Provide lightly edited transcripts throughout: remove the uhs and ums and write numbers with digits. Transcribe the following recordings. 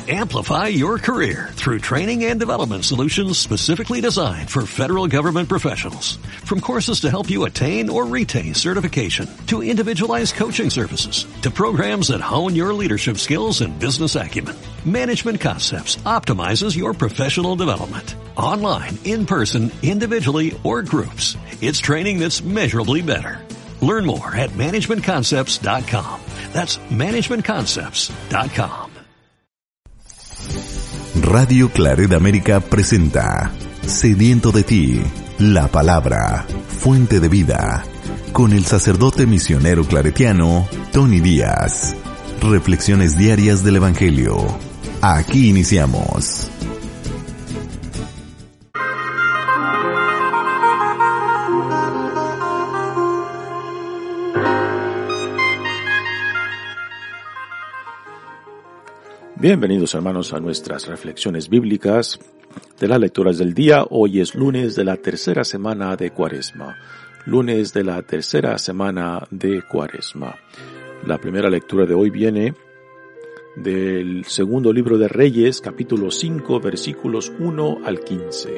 Amplify your career through training and development solutions specifically designed for federal government professionals. From courses to help you attain or retain certification, to individualized coaching services, to programs that hone your leadership skills and business acumen, Management Concepts optimizes your professional development. Online, in person, individually, or groups, it's training that's measurably better. Learn more at managementconcepts.com. That's managementconcepts.com. Radio Claret América presenta Sediento de ti, la palabra, fuente de vida, con el sacerdote misionero claretiano Tony Díaz. Reflexiones diarias del Evangelio. Aquí iniciamos. Bienvenidos hermanos a nuestras reflexiones bíblicas de las lecturas del día. Hoy es lunes de la tercera semana de Cuaresma. Lunes de la tercera semana de Cuaresma. La primera lectura de hoy viene del segundo libro de Reyes, capítulo 5, versículos 1 al 15.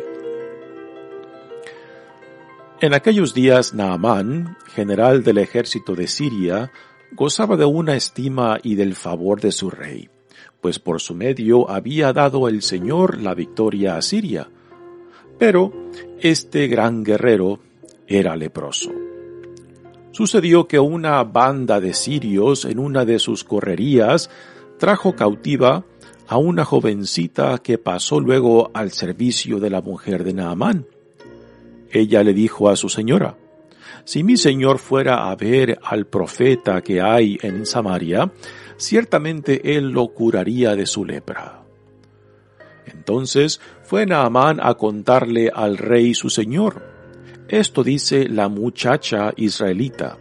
En aquellos días Naamán, general del ejército de Siria, gozaba de una estima y del favor de su rey, pues por su medio había dado el Señor la victoria a Siria. Pero este gran guerrero era leproso. Sucedió que una banda de sirios en una de sus correrías trajo cautiva a una jovencita que pasó luego al servicio de la mujer de Naamán. Ella le dijo a su señora: «Si mi señor fuera a ver al profeta que hay en Samaria, ciertamente él lo curaría de su lepra». Entonces fue Naamán a contarle al rey su señor: «Esto dice la muchacha israelita».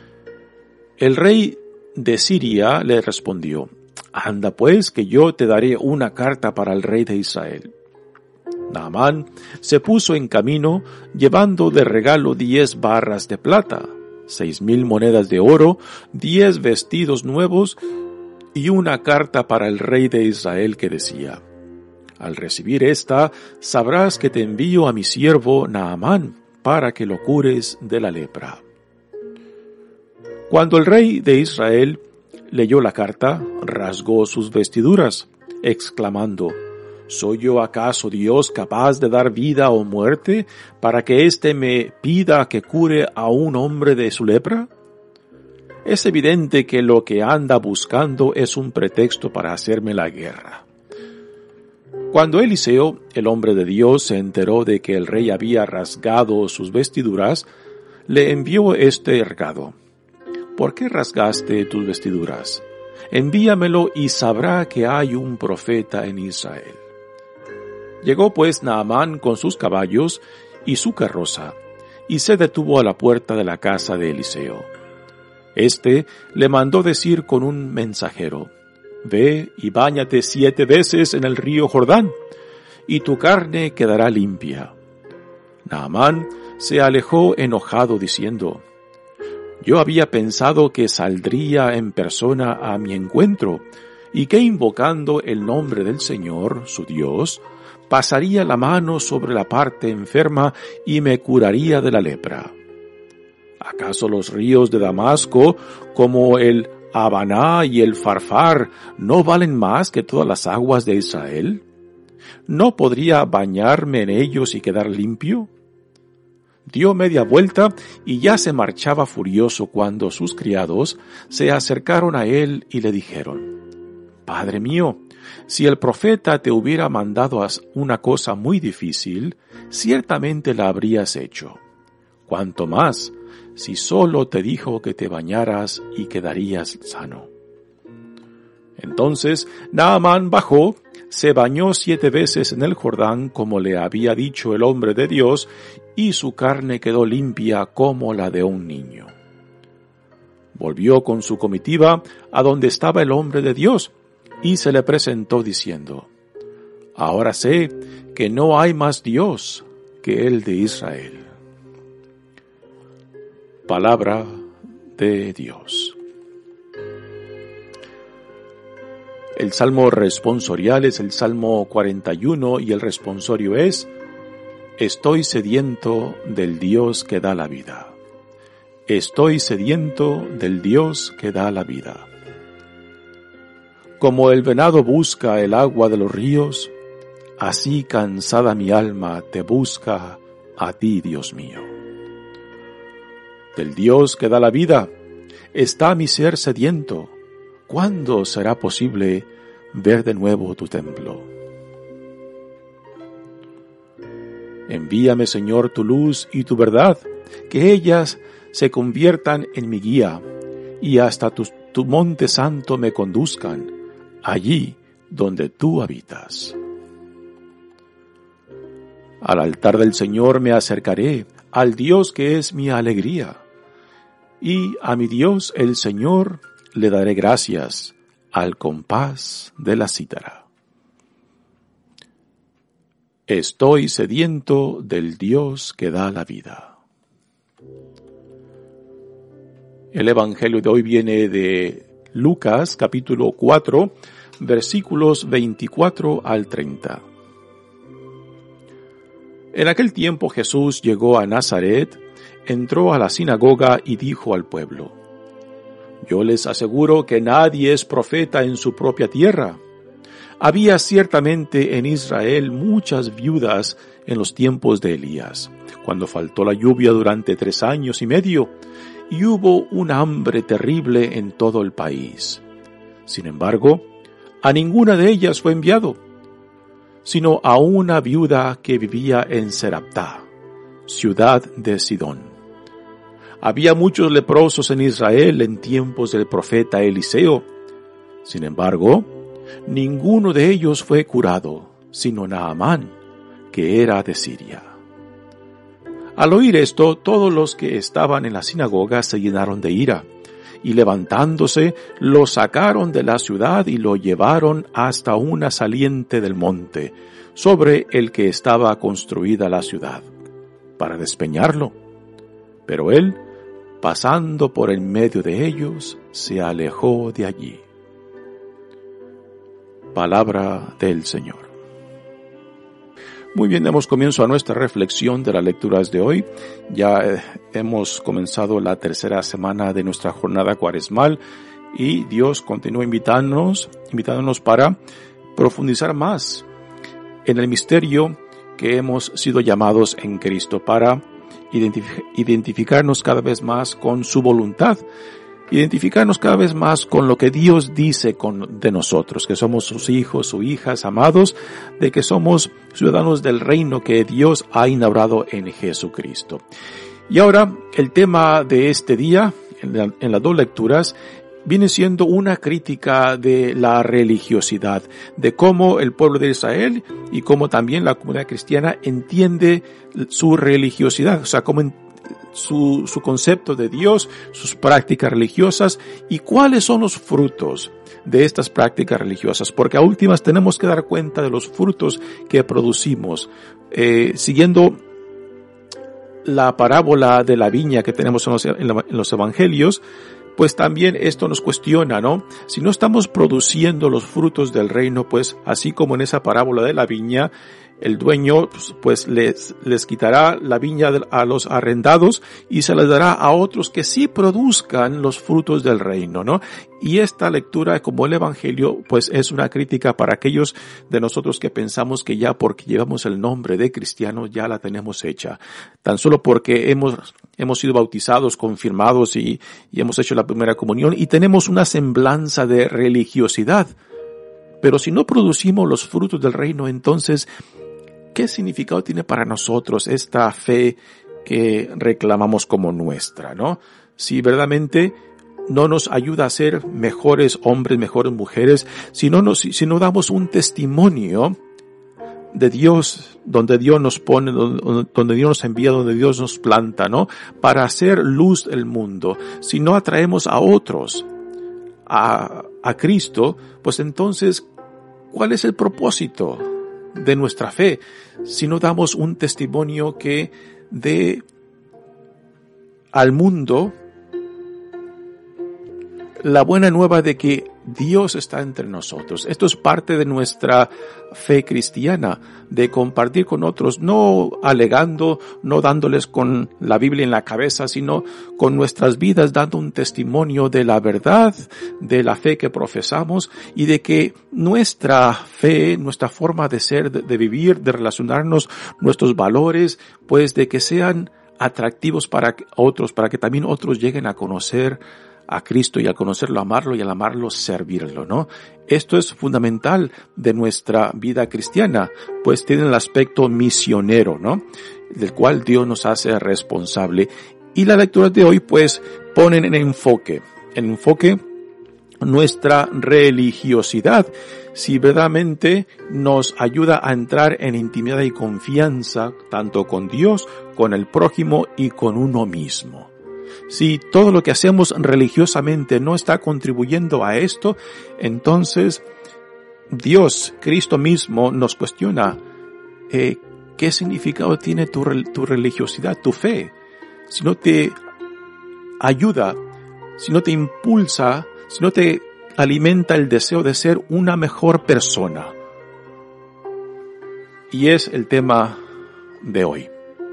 El rey de Siria le respondió: «Anda pues, que yo te daré una carta para el rey de Israel». Naamán se puso en camino, llevando de regalo 10 barras de plata, 6,000 monedas de oro, 10 vestidos nuevos y una carta para el rey de Israel que decía: «Al recibir esta, sabrás que te envío a mi siervo Naamán para que lo cures de la lepra». Cuando el rey de Israel leyó la carta, rasgó sus vestiduras, exclamando: «¿Soy yo acaso Dios capaz de dar vida o muerte para que éste me pida que cure a un hombre de su lepra? Es evidente que lo que anda buscando es un pretexto para hacerme la guerra». Cuando Eliseo, el hombre de Dios, se enteró de que el rey había rasgado sus vestiduras, le envió este recado: «¿Por qué rasgaste tus vestiduras? Envíamelo y sabrá que hay un profeta en Israel». Llegó pues Naamán con sus caballos y su carroza, y se detuvo a la puerta de la casa de Eliseo. Este le mandó decir con un mensajero: «Ve y báñate 7 veces en el río Jordán, y tu carne quedará limpia». Naamán se alejó enojado diciendo: «Yo había pensado que saldría en persona a mi encuentro, y que invocando el nombre del Señor, su Dios, pasaría la mano sobre la parte enferma y me curaría de la lepra. ¿Acaso los ríos de Damasco, como el Habaná y el Farfar, no valen más que todas las aguas de Israel? ¿No podría bañarme en ellos y quedar limpio?». Dio media vuelta y ya se marchaba furioso cuando sus criados se acercaron a él y le dijeron: «Padre mío, si el profeta te hubiera mandado una cosa muy difícil, ciertamente la habrías hecho. Cuanto más, si solo te dijo que te bañaras y quedarías sano». Entonces Naamán bajó, se bañó 7 veces en el Jordán como le había dicho el hombre de Dios, y su carne quedó limpia como la de un niño. Volvió con su comitiva a donde estaba el hombre de Dios, y se le presentó diciendo: «Ahora sé que no hay más Dios que el de Israel». Palabra de Dios. El salmo responsorial es el Salmo 41 y el responsorio es: Estoy sediento del Dios que da la vida. Estoy sediento del Dios que da la vida. Como el venado busca el agua de los ríos, así cansada mi alma te busca a ti, Dios mío. Del Dios que da la vida está mi ser sediento. ¿Cuándo será posible ver de nuevo tu templo? Envíame, Señor, tu luz y tu verdad, que ellas se conviertan en mi guía, y hasta tu monte santo me conduzcan, allí donde tú habitas. Al altar del Señor me acercaré, al Dios que es mi alegría, y a mi Dios el Señor le daré gracias al compás de la cítara. Estoy sediento del Dios que da la vida. El Evangelio de hoy viene de Lucas, capítulo 4, versículos 24 al 30. En aquel tiempo Jesús llegó a Nazaret, entró a la sinagoga y dijo al pueblo: Yo les aseguro que nadie es profeta en su propia tierra. Había ciertamente en Israel muchas viudas en los tiempos de Elías, cuando faltó la lluvia durante 3 años y medio, y hubo un hambre terrible en todo el país. Sin embargo, a ninguna de ellas fue enviado, sino a una viuda que vivía en Seraptá, ciudad de Sidón. Había muchos leprosos en Israel en tiempos del profeta Eliseo. Sin embargo, ninguno de ellos fue curado, sino Naamán, que era de Siria. Al oír esto, todos los que estaban en la sinagoga se llenaron de ira, y levantándose, lo sacaron de la ciudad y lo llevaron hasta una saliente del monte, sobre el que estaba construida la ciudad, para despeñarlo. Pero él, pasando por en medio de ellos, se alejó de allí. Palabra del Señor. Muy bien, damos comienzo a nuestra reflexión de las lecturas de hoy. Ya hemos comenzado la tercera semana de nuestra jornada cuaresmal y Dios continúa invitándonos para profundizar más en el misterio que hemos sido llamados en Cristo, para identificarnos cada vez más con su voluntad, identificarnos cada vez más con lo que Dios dice de nosotros, que somos sus hijos, sus hijas amados, de que somos ciudadanos del reino que Dios ha inaugurado en Jesucristo. Y ahora, el tema de este día, en las 2 lecturas, viene siendo una crítica de la religiosidad, de cómo el pueblo de Israel y cómo también la comunidad cristiana entiende su religiosidad, o sea, cómo su concepto de Dios, sus prácticas religiosas y cuáles son los frutos de estas prácticas religiosas, porque a últimas tenemos que dar cuenta de los frutos que producimos. Siguiendo la parábola de la viña que tenemos en los evangelios, pues también esto nos cuestiona, ¿no? Si no estamos produciendo los frutos del reino, pues así como en esa parábola de la viña, el dueño pues les quitará la viña a los arrendados y se les dará a otros que sí produzcan los frutos del reino, ¿no? Y esta lectura, como el Evangelio, pues es una crítica para aquellos de nosotros que pensamos que ya porque llevamos el nombre de cristianos ya la tenemos hecha. Tan solo porque hemos sido bautizados, confirmados y hemos hecho la primera comunión y tenemos una semblanza de religiosidad. Pero si no producimos los frutos del reino, entonces, ¿qué significado tiene para nosotros esta fe que reclamamos como nuestra, ¿no? Si verdaderamente no nos ayuda a ser mejores hombres, mejores mujeres, si no damos un testimonio de Dios, donde Dios nos pone, donde Dios nos envía, donde Dios nos planta, ¿no? Para hacer luz del mundo. Si no atraemos a otros a Cristo, pues entonces, ¿cuál es el propósito de nuestra fe? Si no damos un testimonio que dé al mundo la buena nueva de que Dios está entre nosotros. Esto es parte de nuestra fe cristiana, de compartir con otros, no alegando, no dándoles con la Biblia en la cabeza, sino con nuestras vidas dando un testimonio de la verdad, de la fe que profesamos y de que nuestra fe, nuestra forma de ser, de vivir, de relacionarnos, nuestros valores, pues de que sean atractivos para otros, para que también otros lleguen a conocer a Cristo y al conocerlo, amarlo y al amarlo, servirlo, ¿no? Esto es fundamental de nuestra vida cristiana, pues tiene el aspecto misionero, ¿no? Del cual Dios nos hace responsable. Y la lectura de hoy, pues, ponen en enfoque nuestra religiosidad, si verdaderamente nos ayuda a entrar en intimidad y confianza, tanto con Dios, con el prójimo y con uno mismo. Si todo lo que hacemos religiosamente no está contribuyendo a esto, entonces Dios, Cristo mismo, nos cuestiona ¿qué significado tiene tu religiosidad, tu fe? Si no te ayuda, si no te impulsa, si no te alimenta el deseo de ser una mejor persona. Y es el tema de hoy.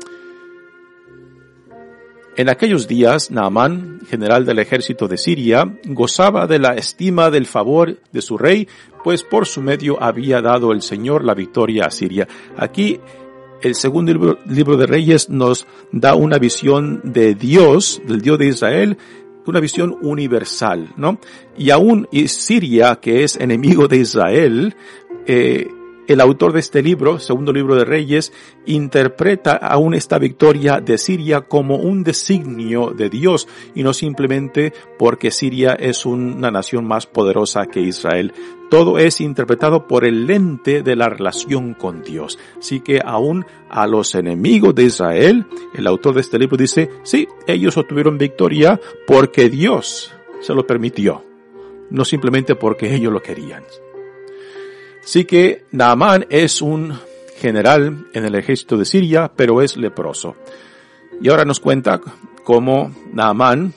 En aquellos días, Naamán, general del ejército de Siria, gozaba de la estima del favor de su rey, pues por su medio había dado el Señor la victoria a Siria. Aquí, el segundo libro de Reyes nos da una visión de Dios, del Dios de Israel, una visión universal, ¿no? Y aún Siria, que es enemigo de Israel, el autor de este libro, segundo libro de Reyes, interpreta aún esta victoria de Siria como un designio de Dios y no simplemente porque Siria es una nación más poderosa que Israel. Todo es interpretado por el lente de la relación con Dios. Así que aún a los enemigos de Israel, el autor de este libro dice, sí, ellos obtuvieron victoria porque Dios se lo permitió, no simplemente porque ellos lo querían. Así que Naamán es un general en el ejército de Siria, pero es leproso. Y ahora nos cuenta cómo Naamán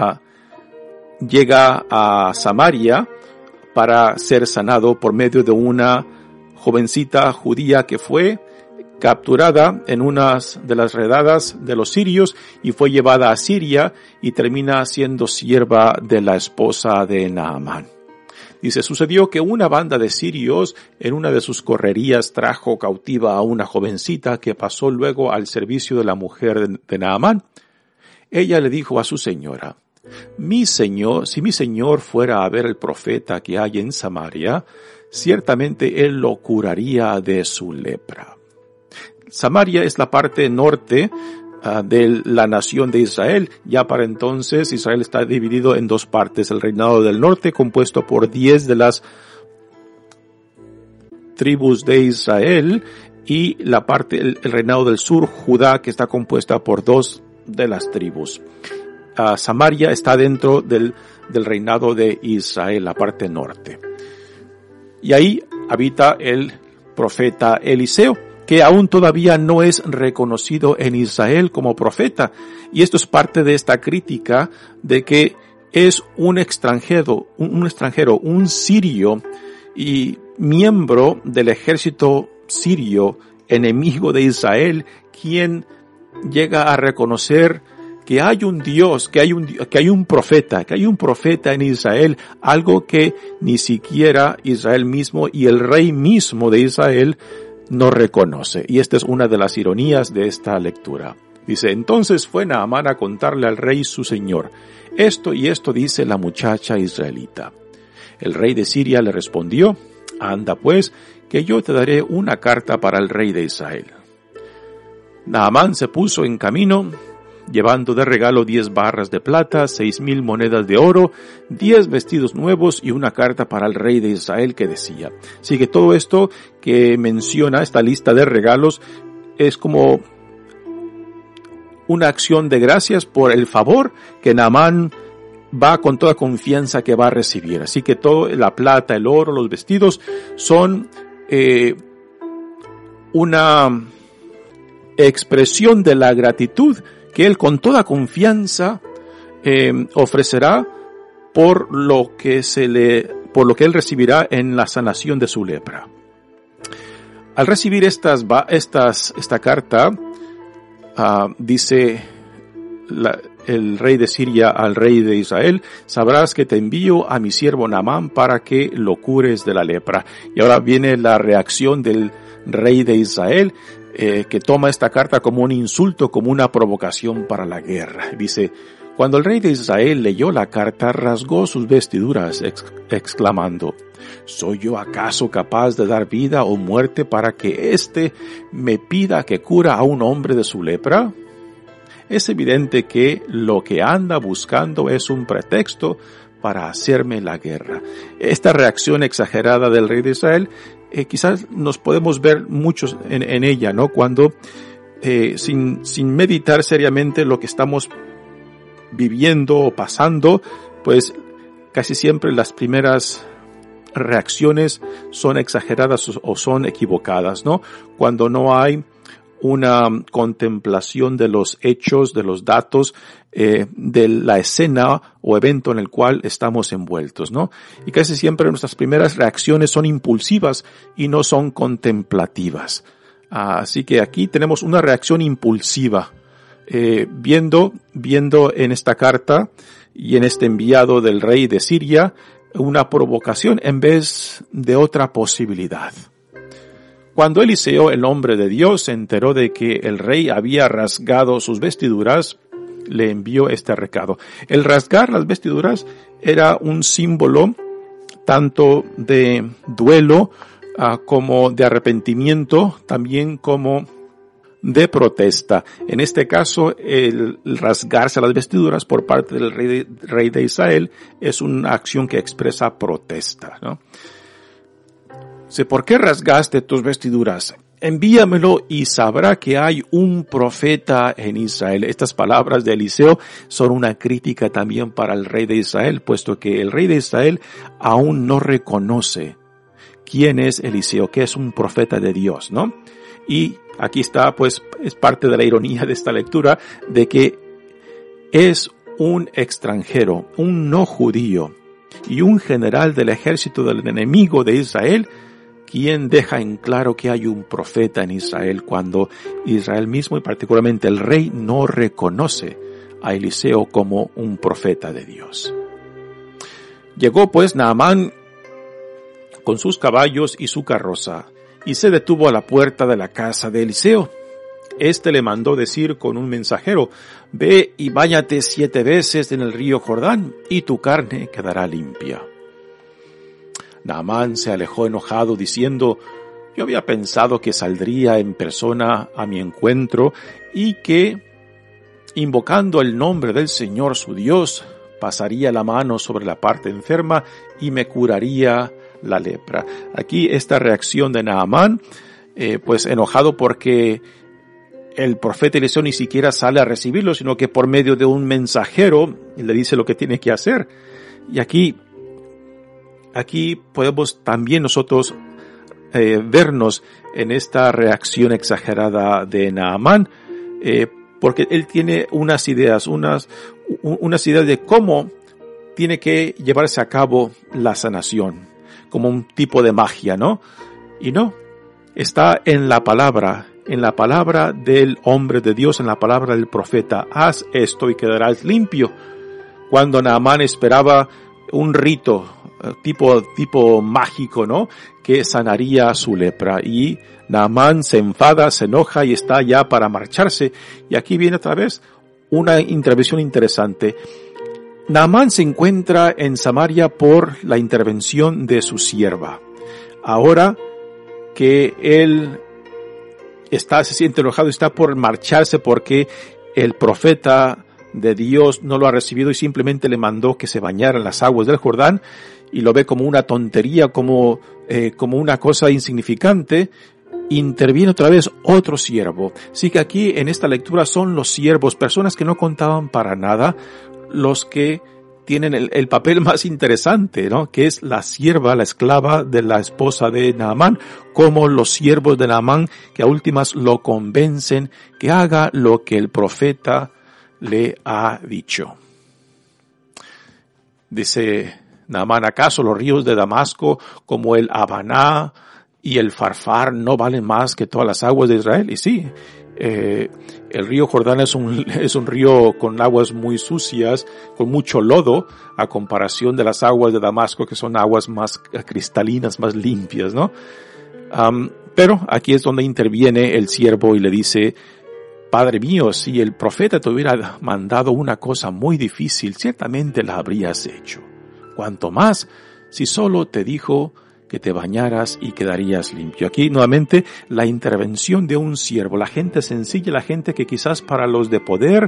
llega a Samaria para ser sanado por medio de una jovencita judía que fue capturada en unas de las redadas de los sirios y fue llevada a Siria y termina siendo sierva de la esposa de Naamán. Dice, sucedió que una banda de sirios en una de sus correrías trajo cautiva a una jovencita que pasó luego al servicio de la mujer de Naamán. Ella le dijo a su señora, si mi señor fuera a ver el profeta que hay en Samaria, ciertamente él lo curaría de su lepra. Samaria es la parte norte de la nación de Israel. Ya para entonces Israel está dividido en dos partes. El reinado del norte compuesto por 10 de las tribus de Israel y el reinado del sur, Judá, que está compuesta por 2 de las tribus. Samaria está dentro del reinado de Israel, la parte norte. Y ahí habita el profeta Eliseo, que aún todavía no es reconocido en Israel como profeta. Y esto es parte de esta crítica de que es un extranjero, un sirio y miembro del ejército sirio, enemigo de Israel, quien llega a reconocer que hay un Dios, que hay un profeta en Israel, algo que ni siquiera Israel mismo y el rey mismo de Israel no reconoce. Y esta es una de las ironías de esta lectura. Dice, entonces fue Naamán a contarle al rey su señor. Esto y esto dice la muchacha israelita. El rey de Siria le respondió, anda pues, que yo te daré una carta para el rey de Israel. Naamán se puso en camino, llevando de regalo 10 barras de plata, 6,000 monedas de oro, 10 vestidos nuevos y una carta para el rey de Israel que decía. Así que todo esto que menciona esta lista de regalos es como una acción de gracias por el favor que Naamán va con toda confianza que va a recibir. Así que todo, la plata, el oro, los vestidos son una expresión de la gratitud que él con toda confianza ofrecerá por lo que él recibirá en la sanación de su lepra. Al recibir esta carta, dice el rey de Siria al rey de Israel: sabrás que te envío a mi siervo Naamán para que lo cures de la lepra. Y ahora viene la reacción del rey de Israel, que toma esta carta como un insulto, como una provocación para la guerra. Dice: cuando el rey de Israel leyó la carta, rasgó sus vestiduras, exclamando: ¿soy yo acaso capaz de dar vida o muerte para que éste me pida que cura a un hombre de su lepra? Es evidente que lo que anda buscando es un pretexto para hacerme la guerra. Esta reacción exagerada del rey de Israel, quizás nos podemos ver muchos en ella, ¿no? Cuando, sin meditar seriamente lo que estamos viviendo o pasando, pues casi siempre las primeras reacciones son exageradas o son equivocadas, ¿no? Cuando no hay una contemplación de los hechos, de los datos, de la escena o evento en el cual estamos envueltos, ¿no? Y casi siempre nuestras primeras reacciones son impulsivas y no son contemplativas. Así que aquí tenemos una reacción impulsiva, viendo en esta carta y en este enviado del rey de Siria una provocación en vez de otra posibilidad. Cuando Eliseo, el hombre de Dios, se enteró de que el rey había rasgado sus vestiduras, le envió este recado. El rasgar las vestiduras era un símbolo tanto de duelo como de arrepentimiento, también como de protesta. En este caso, el rasgarse las vestiduras por parte del rey de Israel es una acción que expresa protesta, ¿no? ¿Por qué rasgaste tus vestiduras? Envíamelo y sabrá que hay un profeta en Israel. Estas palabras de Eliseo son una crítica también para el rey de Israel, puesto que el rey de Israel aún no reconoce quién es Eliseo, que es un profeta de Dios, ¿no? Y aquí está, pues, es parte de la ironía de esta lectura, de que es un extranjero, un no judío y un general del ejército del enemigo de Israel quien deja en claro que hay un profeta en Israel, cuando Israel mismo y particularmente el rey no reconoce a Eliseo como un profeta de Dios. Llegó pues Naamán con sus caballos y su carroza y se detuvo a la puerta de la casa de Eliseo. Este le mandó decir con un mensajero: ve y báñate 7 veces en el río Jordán y tu carne quedará limpia. Naamán se alejó enojado diciendo: yo había pensado que saldría en persona a mi encuentro y que, invocando el nombre del Señor su Dios, pasaría la mano sobre la parte enferma y me curaría la lepra. Aquí esta reacción de Naamán, pues enojado porque el profeta Eliseo ni siquiera sale a recibirlo, sino que por medio de un mensajero le dice lo que tiene que hacer. Y aquí podemos también nosotros vernos en esta reacción exagerada de Naamán, porque él tiene unas ideas de cómo tiene que llevarse a cabo la sanación, como un tipo de magia, ¿no? Y no, está en la palabra del hombre de Dios, en la palabra del profeta: haz esto y quedarás limpio. Cuando Naamán esperaba un rito tipo mágico, ¿no?, que sanaría su lepra, y Naamán se enfada, se enoja y está ya para marcharse. Y aquí viene otra vez una intervención interesante. Naamán se encuentra en Samaria por la intervención de su sierva. Ahora que él se siente enojado, está por marcharse porque el profeta de Dios no lo ha recibido y simplemente le mandó que se bañara en las aguas del Jordán, y lo ve como una tontería, como una cosa insignificante. Interviene otra vez otro siervo. Así que aquí en esta lectura son los siervos, personas que no contaban para nada, los que tienen el papel más interesante, ¿no?, que es la sierva, la esclava de la esposa de Naamán, como los siervos de Naamán que a últimas lo convencen que haga lo que el profeta le ha dicho. Dice Naamán, ¿acaso los ríos de Damasco como el Habaná y el Farfar no valen más que todas las aguas de Israel? Y sí, el río Jordán es un río con aguas muy sucias, con mucho lodo, a comparación de las aguas de Damasco, que son aguas más cristalinas, más limpias, ¿no? Pero aquí es donde interviene el siervo y le dice, Padre mío, si el profeta te hubiera mandado una cosa muy difícil, ciertamente la habrías hecho. Cuanto más, si solo te dijo que te bañaras y quedarías limpio. Aquí nuevamente la intervención de un siervo, la gente sencilla, la gente que quizás para los de poder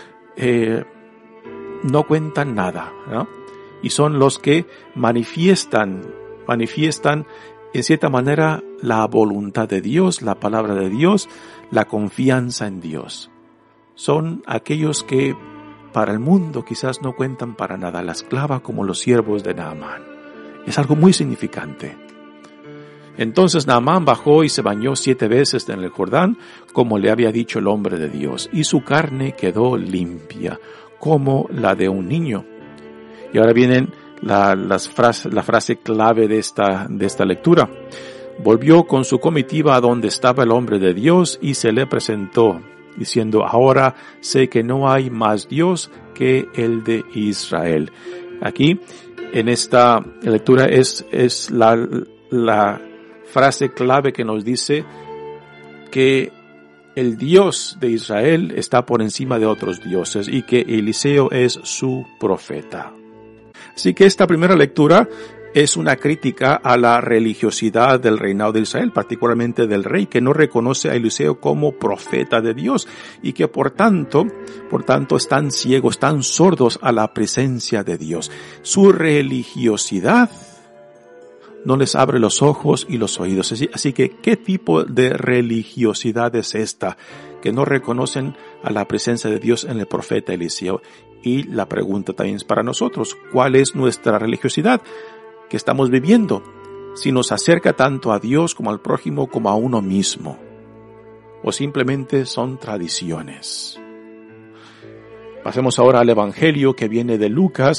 no cuentan nada, ¿no? Y son los que manifiestan en cierta manera la voluntad de Dios, la palabra de Dios, la confianza en Dios. Son aquellos que para el mundo quizás no cuentan para nada, la esclava como los siervos de Naamán. Es algo muy significante. Entonces Naamán bajó y se bañó 7 veces en el Jordán, como le había dicho el hombre de Dios, y su carne quedó limpia, como la de un niño. Y ahora vienen la frase clave de esta lectura. Volvió con su comitiva a donde estaba el hombre de Dios y se le presentó, diciendo, ahora sé que no hay más Dios que el de Israel. Aquí, en esta lectura es la frase clave que nos dice que el Dios de Israel está por encima de otros dioses y que Eliseo es su profeta. Así que esta primera lectura es una crítica a la religiosidad del reinado de Israel, particularmente del rey, que no reconoce a Eliseo como profeta de Dios y que por tanto están ciegos, están sordos a la presencia de Dios. Su religiosidad no les abre los ojos y los oídos. Así que, ¿qué tipo de religiosidad es esta? Que no reconocen a la presencia de Dios en el profeta Eliseo. Y la pregunta también es para nosotros, ¿cuál es nuestra religiosidad que estamos viviendo? Si nos acerca tanto a Dios como al prójimo como a uno mismo. O simplemente son tradiciones. Pasemos ahora al Evangelio que viene de Lucas.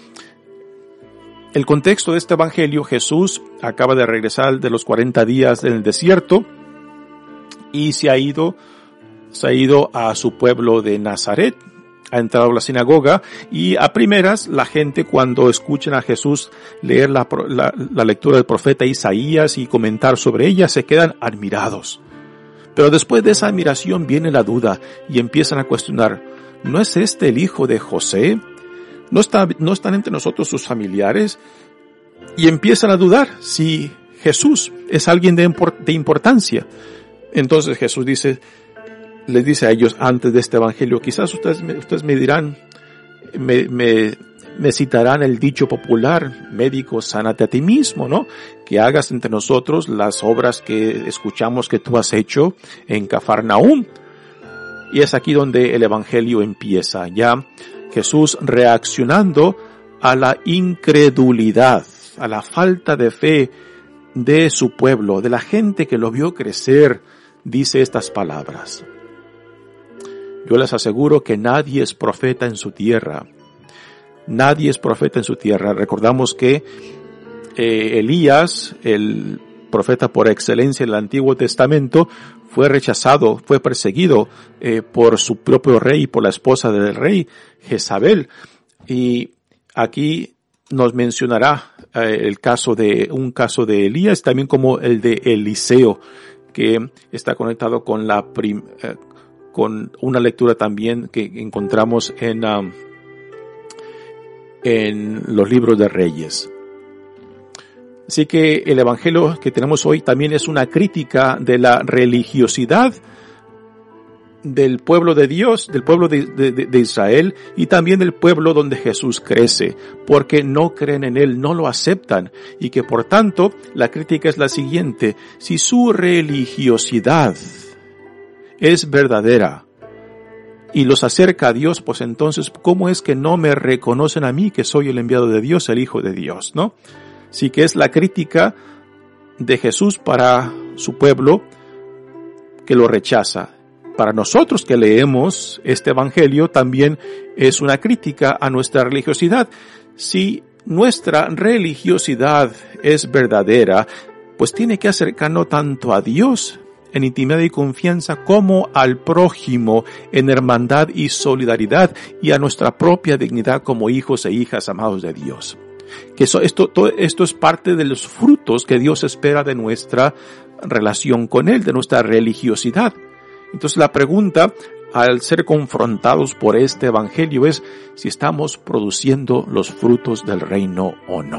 El contexto de este Evangelio, Jesús acaba de regresar de los 40 días en el desierto y se ha ido a su pueblo de Nazaret, ha entrado a la sinagoga y a primeras la gente cuando escuchan a Jesús leer la lectura del profeta Isaías y comentar sobre ella se quedan admirados. Pero después de esa admiración viene la duda y empiezan a cuestionar, ¿no es este el hijo de José? ¿No están entre nosotros sus familiares? Y empiezan a dudar si Jesús es alguien de importancia. Entonces Jesús les dice a ellos antes de este evangelio, quizás ustedes me dirán, me citarán el dicho popular, médico, sánate a ti mismo, ¿no? Que hagas entre nosotros las obras que escuchamos que tú has hecho en Cafarnaúm. Y es aquí donde el evangelio empieza, ya Jesús reaccionando a la incredulidad, a la falta de fe de su pueblo, de la gente que lo vio crecer, dice estas palabras. Yo les aseguro que nadie es profeta en su tierra. Nadie es profeta en su tierra. Recordamos que Elías, el profeta por excelencia en el Antiguo Testamento, fue rechazado, fue perseguido por su propio rey y por la esposa del rey, Jezabel. Y aquí nos mencionará un caso de Elías, también como el de Eliseo, que está conectado con con una lectura también que encontramos en los libros de Reyes. Así que el evangelio que tenemos hoy también es una crítica de la religiosidad del pueblo de Dios, del pueblo de Israel y también del pueblo donde Jesús crece, porque no creen en Él, no lo aceptan y que por tanto la crítica es la siguiente: si su religiosidad es verdadera y los acerca a Dios, pues entonces ¿cómo es que no me reconocen a mí que soy el enviado de Dios, el Hijo de Dios, ¿no? Sí que es la crítica de Jesús para su pueblo que lo rechaza. Para nosotros que leemos este evangelio también es una crítica a nuestra religiosidad. Si nuestra religiosidad es verdadera, pues tiene que acercarnos tanto a Dios en intimidad y confianza como al prójimo en hermandad y solidaridad y a nuestra propia dignidad como hijos e hijas amados de Dios. Todo esto es parte de los frutos que Dios espera de nuestra relación con Él, de nuestra religiosidad. Entonces la pregunta al ser confrontados por este evangelio es si estamos produciendo los frutos del reino o no.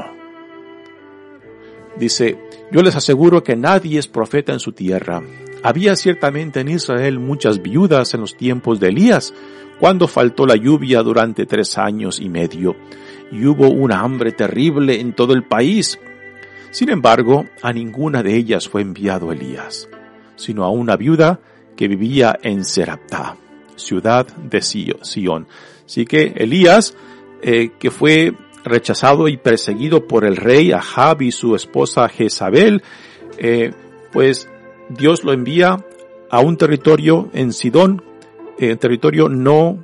Dice, yo les aseguro que nadie es profeta en su tierra. Había ciertamente en Israel muchas viudas en los tiempos de Elías, cuando faltó la lluvia durante 3 años y medio, y hubo una hambre terrible en todo el país. Sin embargo, a ninguna de ellas fue enviado Elías, sino a una viuda que vivía en Serapta, ciudad de Sión. Así que Elías, que fue rechazado y perseguido por el rey Ahab y su esposa Jezabel, pues Dios lo envía a un territorio en Sidón, territorio no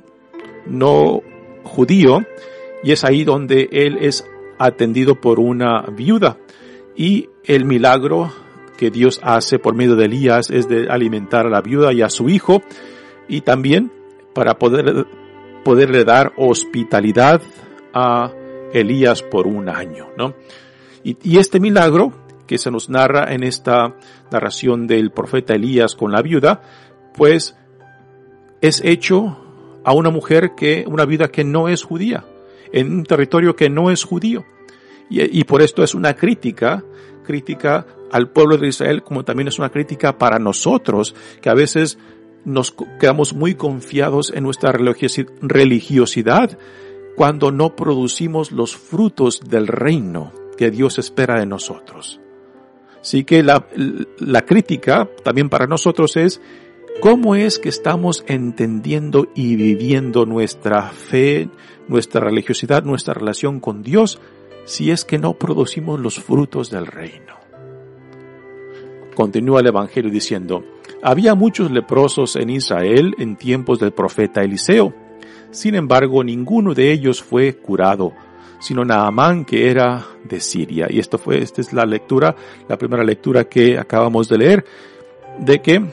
judío, y es ahí donde él es atendido por una viuda. Y el milagro que Dios hace por medio de Elías es de alimentar a la viuda y a su hijo, y también para poderle dar hospitalidad a Elías por 1 año, ¿no? Y este milagro que se nos narra en esta narración del profeta Elías con la viuda, pues es hecho a una viuda que no es judía, en un territorio que no es judío. Y por esto es una crítica al pueblo de Israel, como también es una crítica para nosotros, que a veces nos quedamos muy confiados en nuestra religiosidad cuando no producimos los frutos del reino que Dios espera de nosotros. Así que la crítica también para nosotros es cómo es que estamos entendiendo y viviendo nuestra fe, nuestra religiosidad, nuestra relación con Dios, si es que no producimos los frutos del reino. Continúa el Evangelio diciendo, había muchos leprosos en Israel en tiempos del profeta Eliseo. Sin embargo, ninguno de ellos fue curado, sino Naamán, que era de Siria. Y esta es la primera lectura que acabamos de leer, de que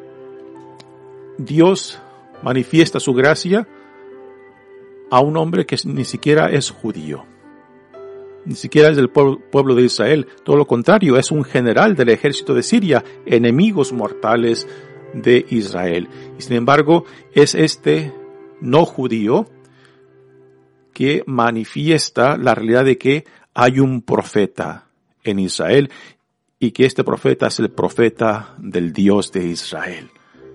Dios manifiesta su gracia a un hombre que ni siquiera es judío. Ni siquiera es del pueblo de Israel. Todo lo contrario, es un general del ejército de Siria, enemigos mortales de Israel. Y sin embargo, es este no judío que manifiesta la realidad de que hay un profeta en Israel y que este profeta es el profeta del Dios de Israel.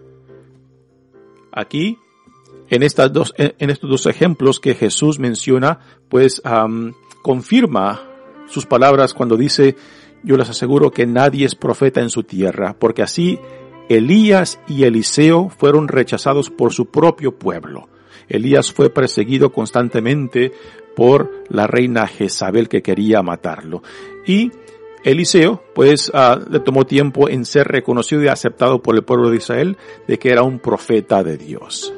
Aquí, en estos 2 ejemplos que Jesús menciona, pues confirma sus palabras cuando dice, yo les aseguro que nadie es profeta en su tierra, porque así Elías y Eliseo fueron rechazados por su propio pueblo. Elías fue perseguido constantemente por la reina Jezabel que quería matarlo. Y Eliseo, pues, le tomó tiempo en ser reconocido y aceptado por el pueblo de Israel de que era un profeta de Dios.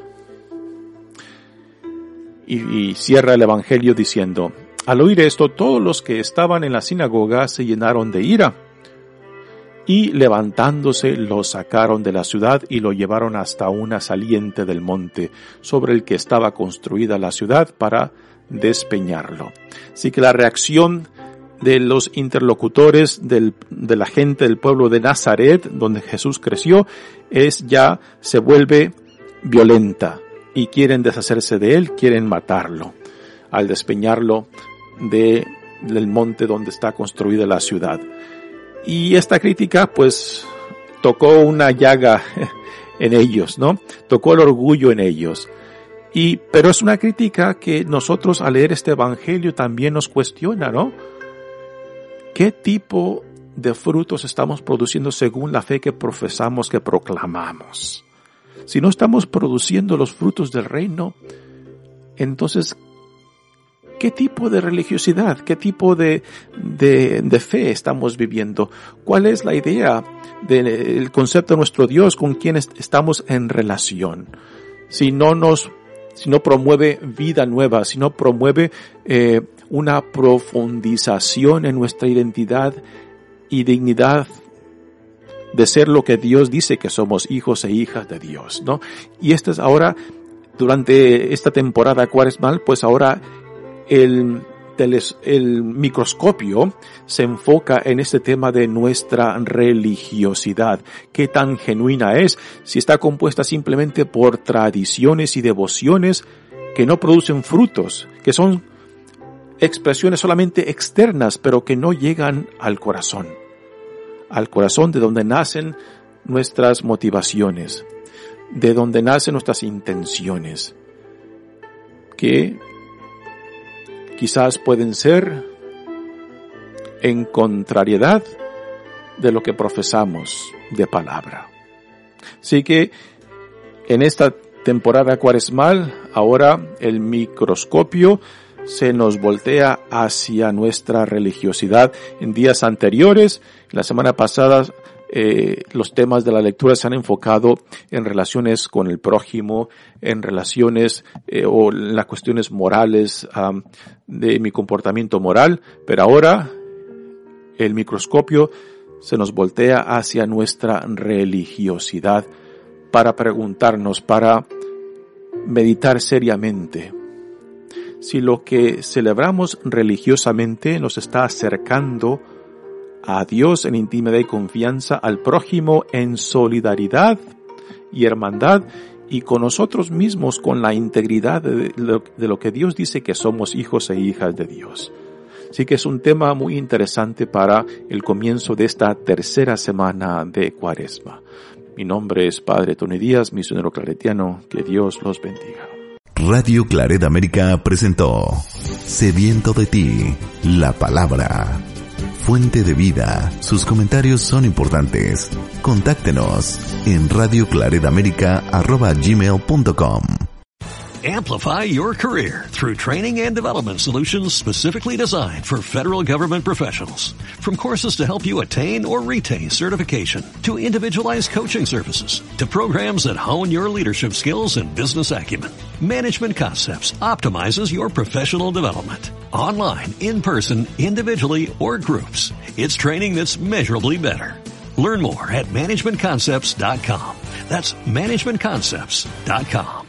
Y cierra el Evangelio diciendo, al oír esto, todos los que estaban en la sinagoga se llenaron de ira. Y levantándose lo sacaron de la ciudad y lo llevaron hasta una saliente del monte sobre el que estaba construida la ciudad para despeñarlo. Así que la reacción de los interlocutores de la gente del pueblo de Nazaret, donde Jesús creció, se vuelve violenta y quieren deshacerse de él, quieren matarlo al despeñarlo del monte donde está construida la ciudad. Y esta crítica, pues, tocó una llaga en ellos, ¿no? Tocó el orgullo en ellos. Pero es una crítica que nosotros al leer este evangelio también nos cuestiona, ¿no? ¿Qué tipo de frutos estamos produciendo según la fe que profesamos, que proclamamos? Si no estamos produciendo los frutos del reino, entonces, ¿qué tipo de religiosidad, qué tipo de fe estamos viviendo? ¿Cuál es la idea del concepto de nuestro Dios con quien estamos en relación? Si no promueve vida nueva, si no promueve una profundización en nuestra identidad y dignidad de ser lo que Dios dice que somos, hijos e hijas de Dios, ¿no? Y esto es ahora, durante esta temporada cuaresmal, pues ahora el microscopio se enfoca en este tema de nuestra religiosidad. ¿Qué tan genuina es? Si está compuesta simplemente por tradiciones y devociones que no producen frutos, que son expresiones solamente externas, pero que no llegan al corazón de donde nacen nuestras motivaciones, de donde nacen nuestras intenciones, que quizás pueden ser en contrariedad de lo que profesamos de palabra. Así que en esta temporada cuaresmal, ahora el microscopio se nos voltea hacia nuestra religiosidad. En días anteriores, la semana pasada, los temas de la lectura se han enfocado en relaciones con el prójimo, en relaciones o en las cuestiones morales de mi comportamiento moral, pero ahora el microscopio se nos voltea hacia nuestra religiosidad para preguntarnos, para meditar seriamente si lo que celebramos religiosamente nos está acercando a Dios en intimidad y confianza, al prójimo en solidaridad y hermandad, y con nosotros mismos con la integridad de lo que Dios dice que somos hijos e hijas de Dios. Así que es un tema muy interesante para el comienzo de esta tercera semana de Cuaresma. Mi nombre es Padre Tony Díaz, misionero claretiano. Que Dios los bendiga. Radio Claret América presentó Sediento de ti, la palabra. Fuente de vida. Sus comentarios son importantes. Contáctenos en radioclaretamerica@gmail.com. Amplify your career through training and development solutions specifically designed for federal government professionals. From courses to help you attain or retain certification, to individualized coaching services, to programs that hone your leadership skills and business acumen, Management Concepts optimizes your professional development. Online, in person, individually, or groups, it's training that's measurably better. Learn more at managementconcepts.com. That's managementconcepts.com.